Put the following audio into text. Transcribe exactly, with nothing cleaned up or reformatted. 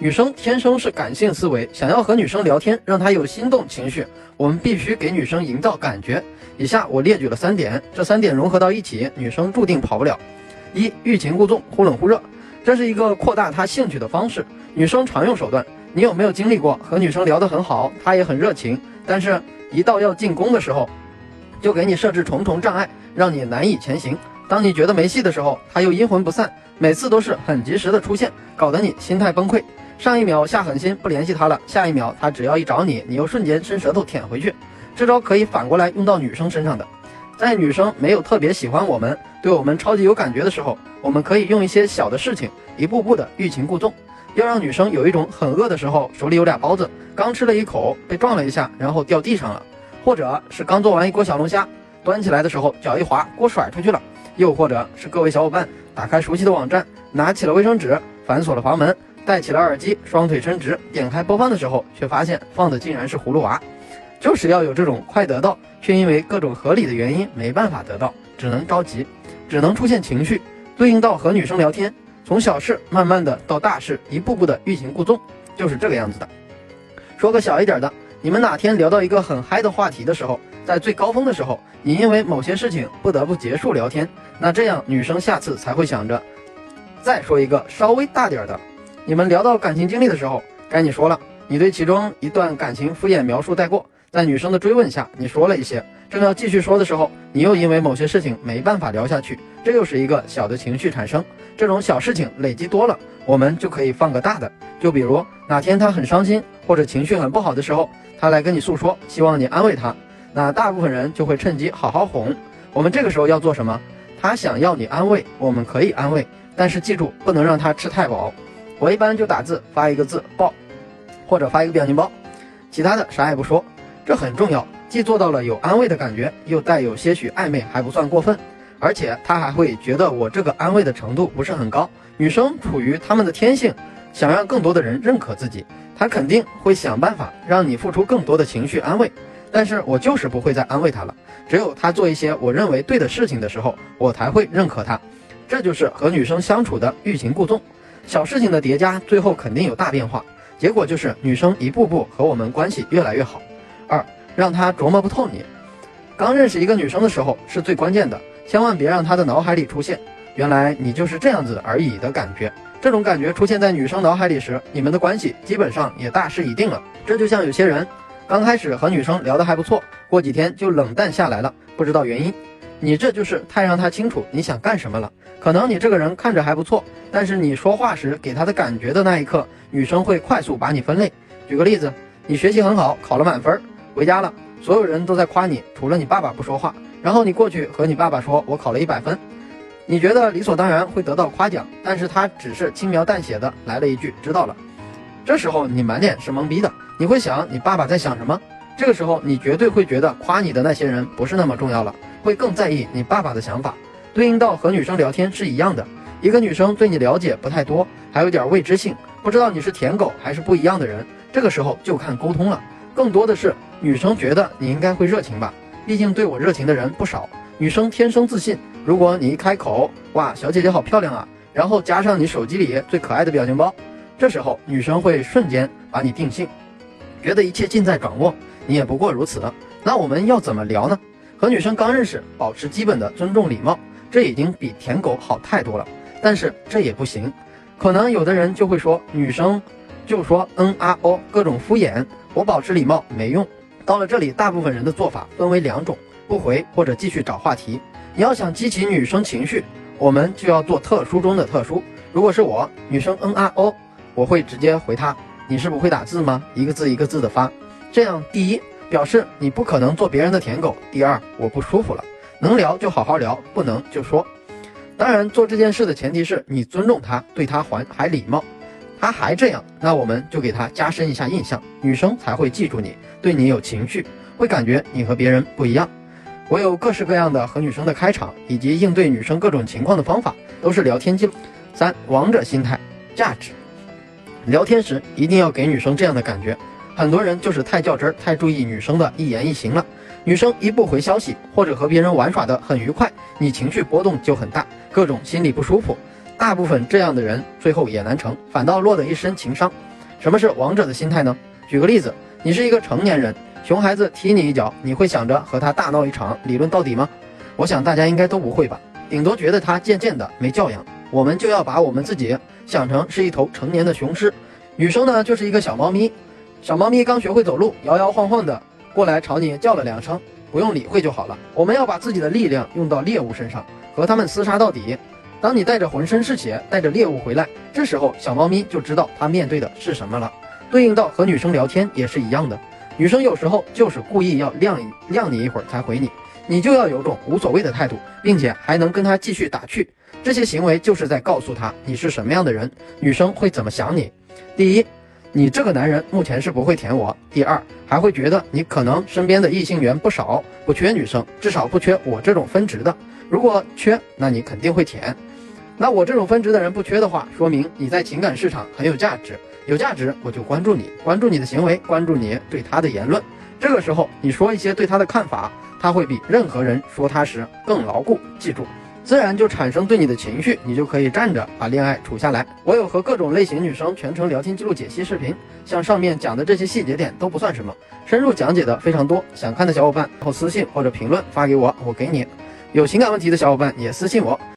女生天生是感性思维，想要和女生聊天，让她有心动情绪，我们必须给女生营造感觉。以下我列举了三点，这三点融合到一起，女生注定跑不了。一、欲擒故纵，忽冷忽热，这是一个扩大她兴趣的方式，女生常用手段。你有没有经历过和女生聊得很好，她也很热情，但是一到要进攻的时候，就给你设置重重障碍，让你难以前行。当你觉得没戏的时候，她又阴魂不散，每次都是很及时的出现，搞得你心态崩溃。上一秒下狠心不联系他了，下一秒他只要一找你，你又瞬间伸舌头舔回去。这招可以反过来用到女生身上的。在女生没有特别喜欢我们，对我们超级有感觉的时候，我们可以用一些小的事情，一步步的欲擒故纵，要让女生有一种很饿的时候手里有俩包子，刚吃了一口被撞了一下，然后掉地上了，或者是刚做完一锅小龙虾，端起来的时候脚一滑，锅甩出去了，又或者是各位小伙伴打开熟悉的网站，拿起了卫生纸，反锁了房门，戴起了耳机，双腿伸直，点开播放的时候，却发现放的竟然是葫芦娃。就是要有这种快得到，却因为各种合理的原因没办法得到，只能着急，只能出现情绪，对应到和女生聊天，从小事慢慢的到大事，一步步的欲擒故纵，就是这个样子的。说个小一点的，你们哪天聊到一个很嗨的话题的时候，在最高峰的时候，你因为某些事情不得不结束聊天，那这样女生下次才会想着再说一个稍微大点的。你们聊到感情经历的时候，该你说了，你对其中一段感情敷衍描述带过，在女生的追问下，你说了一些，正要继续说的时候，你又因为某些事情没办法聊下去，这又是一个小的情绪产生。这种小事情累积多了，我们就可以放个大的，就比如哪天她很伤心或者情绪很不好的时候，她来跟你诉说，希望你安慰她，那大部分人就会趁机好好哄。我们这个时候要做什么？她想要你安慰，我们可以安慰，但是记住不能让她吃太饱。我一般就打字发一个字抱，或者发一个表情包，其他的啥也不说，这很重要，既做到了有安慰的感觉，又带有些许暧昧，还不算过分，而且他还会觉得我这个安慰的程度不是很高。女生处于她们的天性，想让更多的人认可自己，她肯定会想办法让你付出更多的情绪安慰，但是我就是不会再安慰她了，只有她做一些我认为对的事情的时候，我才会认可她。这就是和女生相处的欲擒故纵。小事情的叠加，最后肯定有大变化，结果就是女生一步步和我们关系越来越好。二、让她琢磨不透你。刚认识一个女生的时候是最关键的，千万别让她的脑海里出现原来你就是这样子而已的感觉。这种感觉出现在女生脑海里时，你们的关系基本上也大势已定了。这就像有些人刚开始和女生聊得还不错，过几天就冷淡下来了，不知道原因，你这就是太让她清楚你想干什么了。可能你这个人看着还不错，但是你说话时给她的感觉的那一刻，女生会快速把你分类。举个例子，你学习很好，考了满分，回家了，所有人都在夸你，除了你爸爸不说话，然后你过去和你爸爸说我考了一百分，你觉得理所当然会得到夸奖，但是他只是轻描淡写的来了一句知道了。这时候你满脸是懵逼的，你会想你爸爸在想什么？这个时候你绝对会觉得夸你的那些人不是那么重要了，会更在意你爸爸的想法。对应到和女生聊天是一样的，一个女生对你了解不太多，还有点未知性，不知道你是舔狗还是不一样的人，这个时候就看沟通了。更多的是女生觉得你应该会热情吧，毕竟对我热情的人不少。女生天生自信，如果你一开口，哇，小姐姐好漂亮啊，然后加上你手机里最可爱的表情包，这时候女生会瞬间把你定性，觉得一切尽在掌握，你也不过如此。那我们要怎么聊呢？和女生刚认识，保持基本的尊重礼貌，这已经比舔狗好太多了，但是这也不行。可能有的人就会说，女生就说嗯啊哦，各种敷衍，我保持礼貌没用。到了这里，大部分人的做法分为两种，不回或者继续找话题。你要想激起女生情绪，我们就要做特殊中的特殊。如果是我，女生嗯啊哦，我会直接回她，你是不会打字吗？一个字一个字的发。这样第一，表示你不可能做别人的舔狗，第二，我不舒服了，能聊就好好聊，不能就说。当然做这件事的前提是你尊重她，对她还还礼貌。她还这样，那我们就给她加深一下印象，女生才会记住你，对你有情绪，会感觉你和别人不一样。我有各式各样的和女生的开场，以及应对女生各种情况的方法，都是聊天记录。三、王者心态，价值。聊天时一定要给女生这样的感觉，很多人就是太较真儿，太注意女生的一言一行了。女生一不回消息，或者和别人玩耍的很愉快，你情绪波动就很大，各种心里不舒服。大部分这样的人最后也难成，反倒落得一身情伤。 什么是王者的心态呢？举个例子，你是一个成年人，熊孩子踢你一脚，你会想着和他大闹一场，理论到底吗？我想大家应该都不会吧，顶多觉得他贱贱的，没教养。我们就要把我们自己想成是一头成年的雄狮，女生呢就是一个小猫咪，小猫咪刚学会走路，摇摇晃晃的过来朝你叫了两声，不用理会就好了。我们要把自己的力量用到猎物身上，和他们厮杀到底。当你带着浑身是血，带着猎物回来，这时候小猫咪就知道它面对的是什么了。对应到和女生聊天也是一样的，女生有时候就是故意要晾晾你一会儿才回你，你就要有种无所谓的态度，并且还能跟她继续打趣。这些行为就是在告诉她你是什么样的人，女生会怎么想你。第一，你这个男人目前是不会舔我。第二，还会觉得你可能身边的异性缘不少，不缺女生，至少不缺我这种分值的。如果缺，那你肯定会舔。那我这种分值的人不缺的话，说明你在情感市场很有价值，有价值我就关注你，关注你的行为，关注你对他的言论。这个时候你说一些对他的看法，他会比任何人说他时更牢固，记住，自然就产生对你的情绪，你就可以站着把恋爱处下来。我有和各种类型女生全程聊天记录解析视频，像上面讲的这些细节点都不算什么，深入讲解的非常多，想看的小伙伴然后私信或者评论发给我，我给你。有情感问题的小伙伴也私信我。